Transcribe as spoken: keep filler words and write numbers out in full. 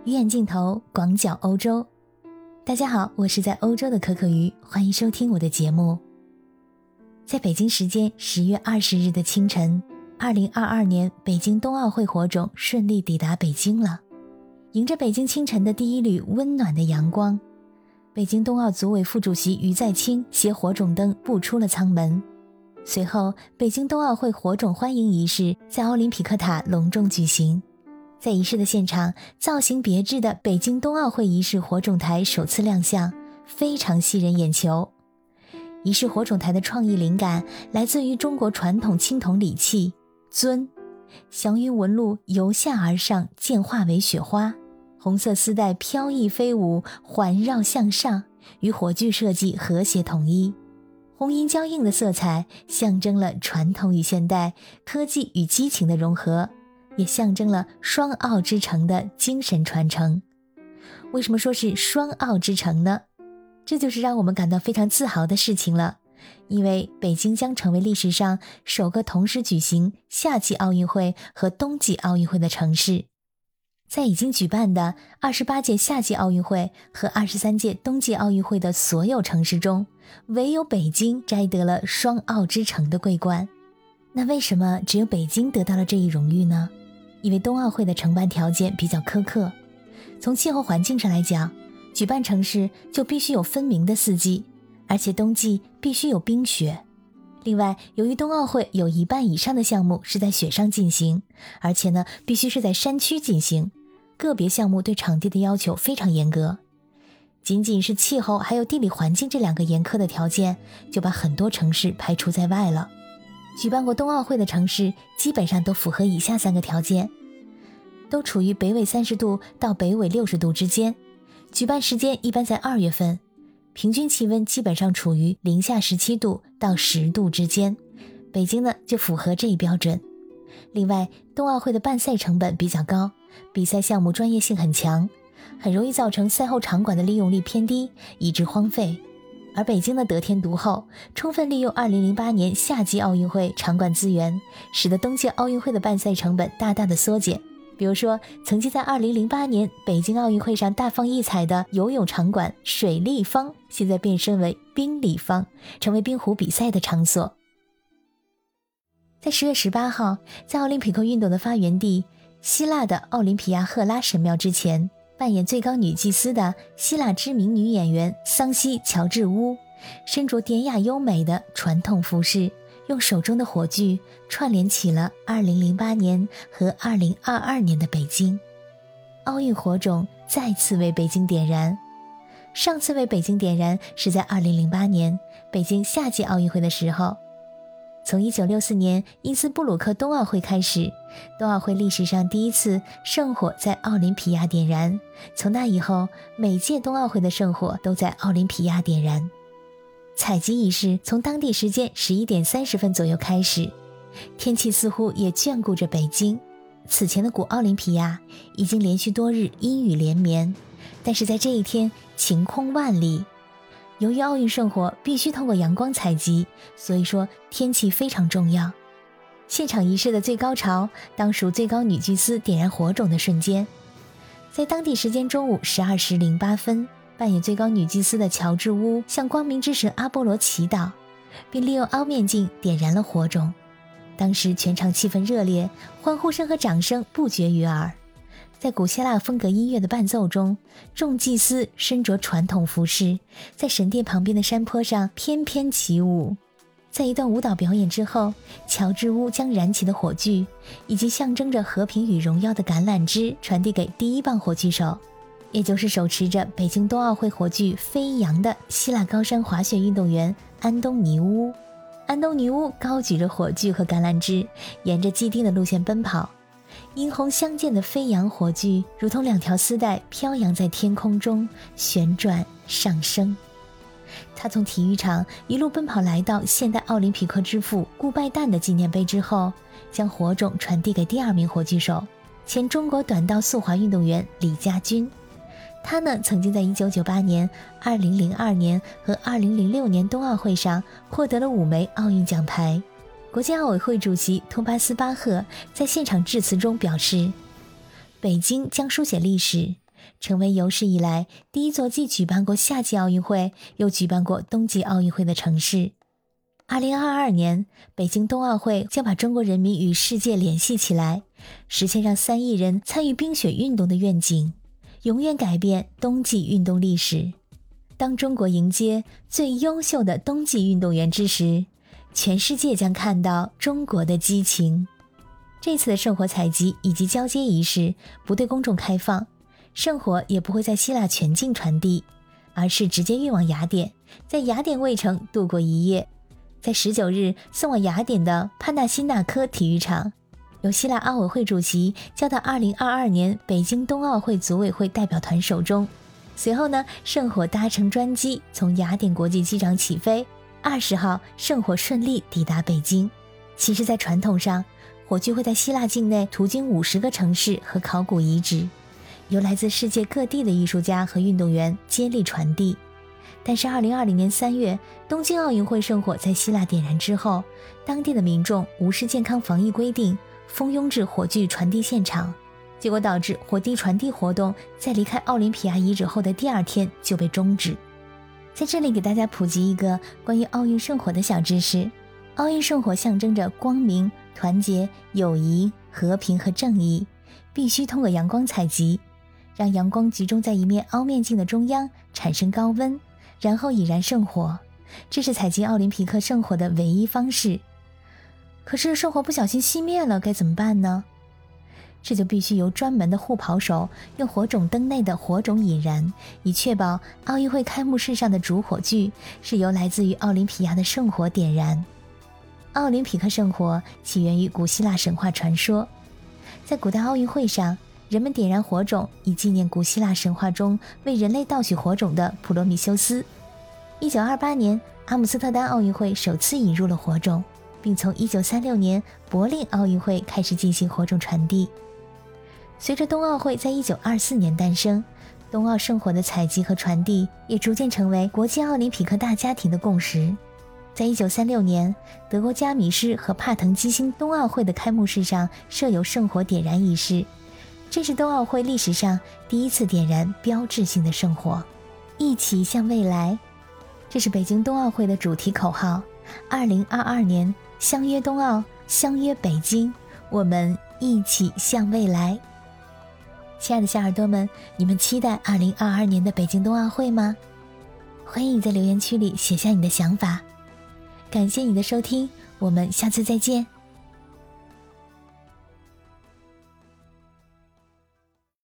鱼眼镜头，广角欧洲。大家好，我是在欧洲的可可鱼，欢迎收听我的节目。在北京时间十月二十日的清晨，二零二二年北京冬奥会火种顺利抵达北京了。迎着北京清晨的第一缕温暖的阳光，北京冬奥组委副主席于再清携火种灯步出了舱门。随后，北京冬奥会火种欢迎仪式在奥林匹克塔隆重举行。在仪式的现场，造型别致的北京冬奥会仪式火种台首次亮相，非常吸人眼球。仪式火种台的创意灵感来自于中国传统青铜礼器尊，祥云纹路由下而上渐化为雪花，红色丝带飘逸飞舞，环绕向上，与火炬设计和谐统一。红银交映的色彩象征了传统与现代、科技与激情的融合，也象征了双奥之城的精神传承。为什么说是双奥之城呢？这就是让我们感到非常自豪的事情了，因为北京将成为历史上首个同时举行夏季奥运会和冬季奥运会的城市。在已经举办的二十八届夏季奥运会和二十三届冬季奥运会的所有城市中，唯有北京摘得了双奥之城的桂冠。那为什么只有北京得到了这一荣誉呢？因为冬奥会的承办条件比较苛刻，从气候环境上来讲，举办城市就必须有分明的四季，而且冬季必须有冰雪。另外，由于冬奥会有一半以上的项目是在雪上进行，而且呢，必须是在山区进行，个别项目对场地的要求非常严格。仅仅是气候还有地理环境这两个严苛的条件，就把很多城市排除在外了。举办过冬奥会的城市基本上都符合以下三个条件：都处于北纬三十度到北纬六十度之间，举办时间一般在二月份，平均气温基本上处于零下十七度到十度之间，北京呢就符合这一标准。另外，冬奥会的办赛成本比较高，比赛项目专业性很强，很容易造成赛后场馆的利用率偏低，以致荒废。而北京的得天独厚，充分利用二零零八年夏季奥运会场馆资源，使得冬季奥运会的办赛成本大大的缩减。比如说，曾经在二零零八年北京奥运会上大放异彩的游泳场馆水立方，现在变身为冰立方，成为冰壶比赛的场所。在十月十八号，在奥林匹克运动的发源地希腊的奥林匹亚赫拉神庙之前，扮演最高女祭司的希腊知名女演员桑西乔治乌，身着典雅优美的传统服饰，用手中的火炬串联起了二零零八年和二零二二年的北京。奥运火种再次为北京点燃，上次为北京点燃是在二零零八年北京夏季奥运会的时候。从一九六四年因斯布鲁克冬奥会开始，冬奥会历史上第一次圣火在奥林匹亚点燃，从那以后，每届冬奥会的圣火都在奥林匹亚点燃。采集仪式从当地时间十一点三十分左右开始，天气似乎也眷顾着北京。此前的古奥林匹亚已经连续多日阴雨连绵，但是在这一天晴空万里。由于奥运圣火必须通过阳光采集，所以说天气非常重要。现场仪式的最高潮当属最高女祭司点燃火种的瞬间。在当地时间中午十二时零八分，扮演最高女祭司的乔治乌向光明之神阿波罗祈祷，并利用凹面镜点燃了火种。当时全场气氛热烈，欢呼声和掌声不绝于耳。在古希腊风格音乐的伴奏中，众祭司身着传统服饰，在神殿旁边的山坡上翩翩起舞。在一段舞蹈表演之后，乔治乌将燃起的火炬以及象征着和平与荣耀的橄榄枝传递给第一棒火炬手，也就是手持着北京冬奥会火炬飞扬的希腊高山滑雪运动员安东尼乌。安东尼乌高举着火炬和橄榄枝，沿着既定的路线奔跑，银红相间的飞扬火炬如同两条丝带飘扬在天空中，旋转上升。他从体育场一路奔跑来到现代奥林匹克之父顾拜旦的纪念碑之后，将火种传递给第二名火炬手，前中国短道速滑运动员李佳军。他呢，曾经在一九九八年、二零零二年和二零零六年冬奥会上获得了五枚奥运奖牌。国际奥委会主席托巴斯巴赫在现场致辞中表示，北京将书写历史， 成为有史以来第一座既举办过夏季奥运会又举办过冬季奥运会的城市。二零二二年，北京冬奥会将把中国人民与世界联系起来，实现让三亿人参与冰雪运动的愿景，永远改变冬季运动历史。当中国迎接最优秀的冬季运动员之时，全世界将看到中国的激情。这次的圣火采集以及交接仪式不对公众开放，圣火也不会在希腊全境传递，而是直接运往雅典，在雅典卫城度过一夜，在十九日送往雅典的潘纳辛纳科体育场，由希腊奥委会主席交到二零二二年北京冬奥会组委会代表团手中。随后呢，圣火搭乘专机从雅典国际机场起飞，二十号圣火顺利抵达北京。其实在传统上，火炬会在希腊境内途经五十个城市和考古遗址，由来自世界各地的艺术家和运动员接力传递。但是二零二零年三月，东京奥运会圣火在希腊点燃之后，当地的民众无视健康防疫规定，蜂拥至火炬传递现场，结果导致火炬传递活动在离开奥林匹亚遗址后的第二天就被终止。在这里给大家普及一个关于奥运圣火的小知识，奥运圣火象征着光明、团结、友谊、和平和正义，必须通过阳光采集，让阳光集中在一面凹面镜的中央，产生高温，然后引燃圣火，这是采集奥林匹克圣火的唯一方式。可是圣火不小心熄灭了，该怎么办呢？这就必须由专门的护跑手用火种灯内的火种引燃，以确保奥运会开幕式上的主火炬是由来自于奥林匹亚的圣火点燃。奥林匹克圣火起源于古希腊神话传说，在古代奥运会上，人们点燃火种以纪念古希腊神话中为人类盗取火种的普罗米修斯。一九二八年，阿姆斯特丹奥运会首次引入了火种，并从一九三六年柏林奥运会开始进行火种传递。随着冬奥会在一九二四年诞生，冬奥圣火的采集和传递也逐渐成为国际奥林匹克大家庭的共识。在一九三六年，德国加米施和帕腾基兴冬奥会的开幕式上设有圣火点燃仪式，这是冬奥会历史上第一次点燃标志性的圣火。一起向未来，这是北京冬奥会的主题口号。二零二二年，相约冬奥，相约北京，我们一起向未来。亲爱的小耳朵们，你们期待二零二二年的北京冬奥会吗？欢迎你在留言区里写下你的想法。感谢你的收听，我们下次再见。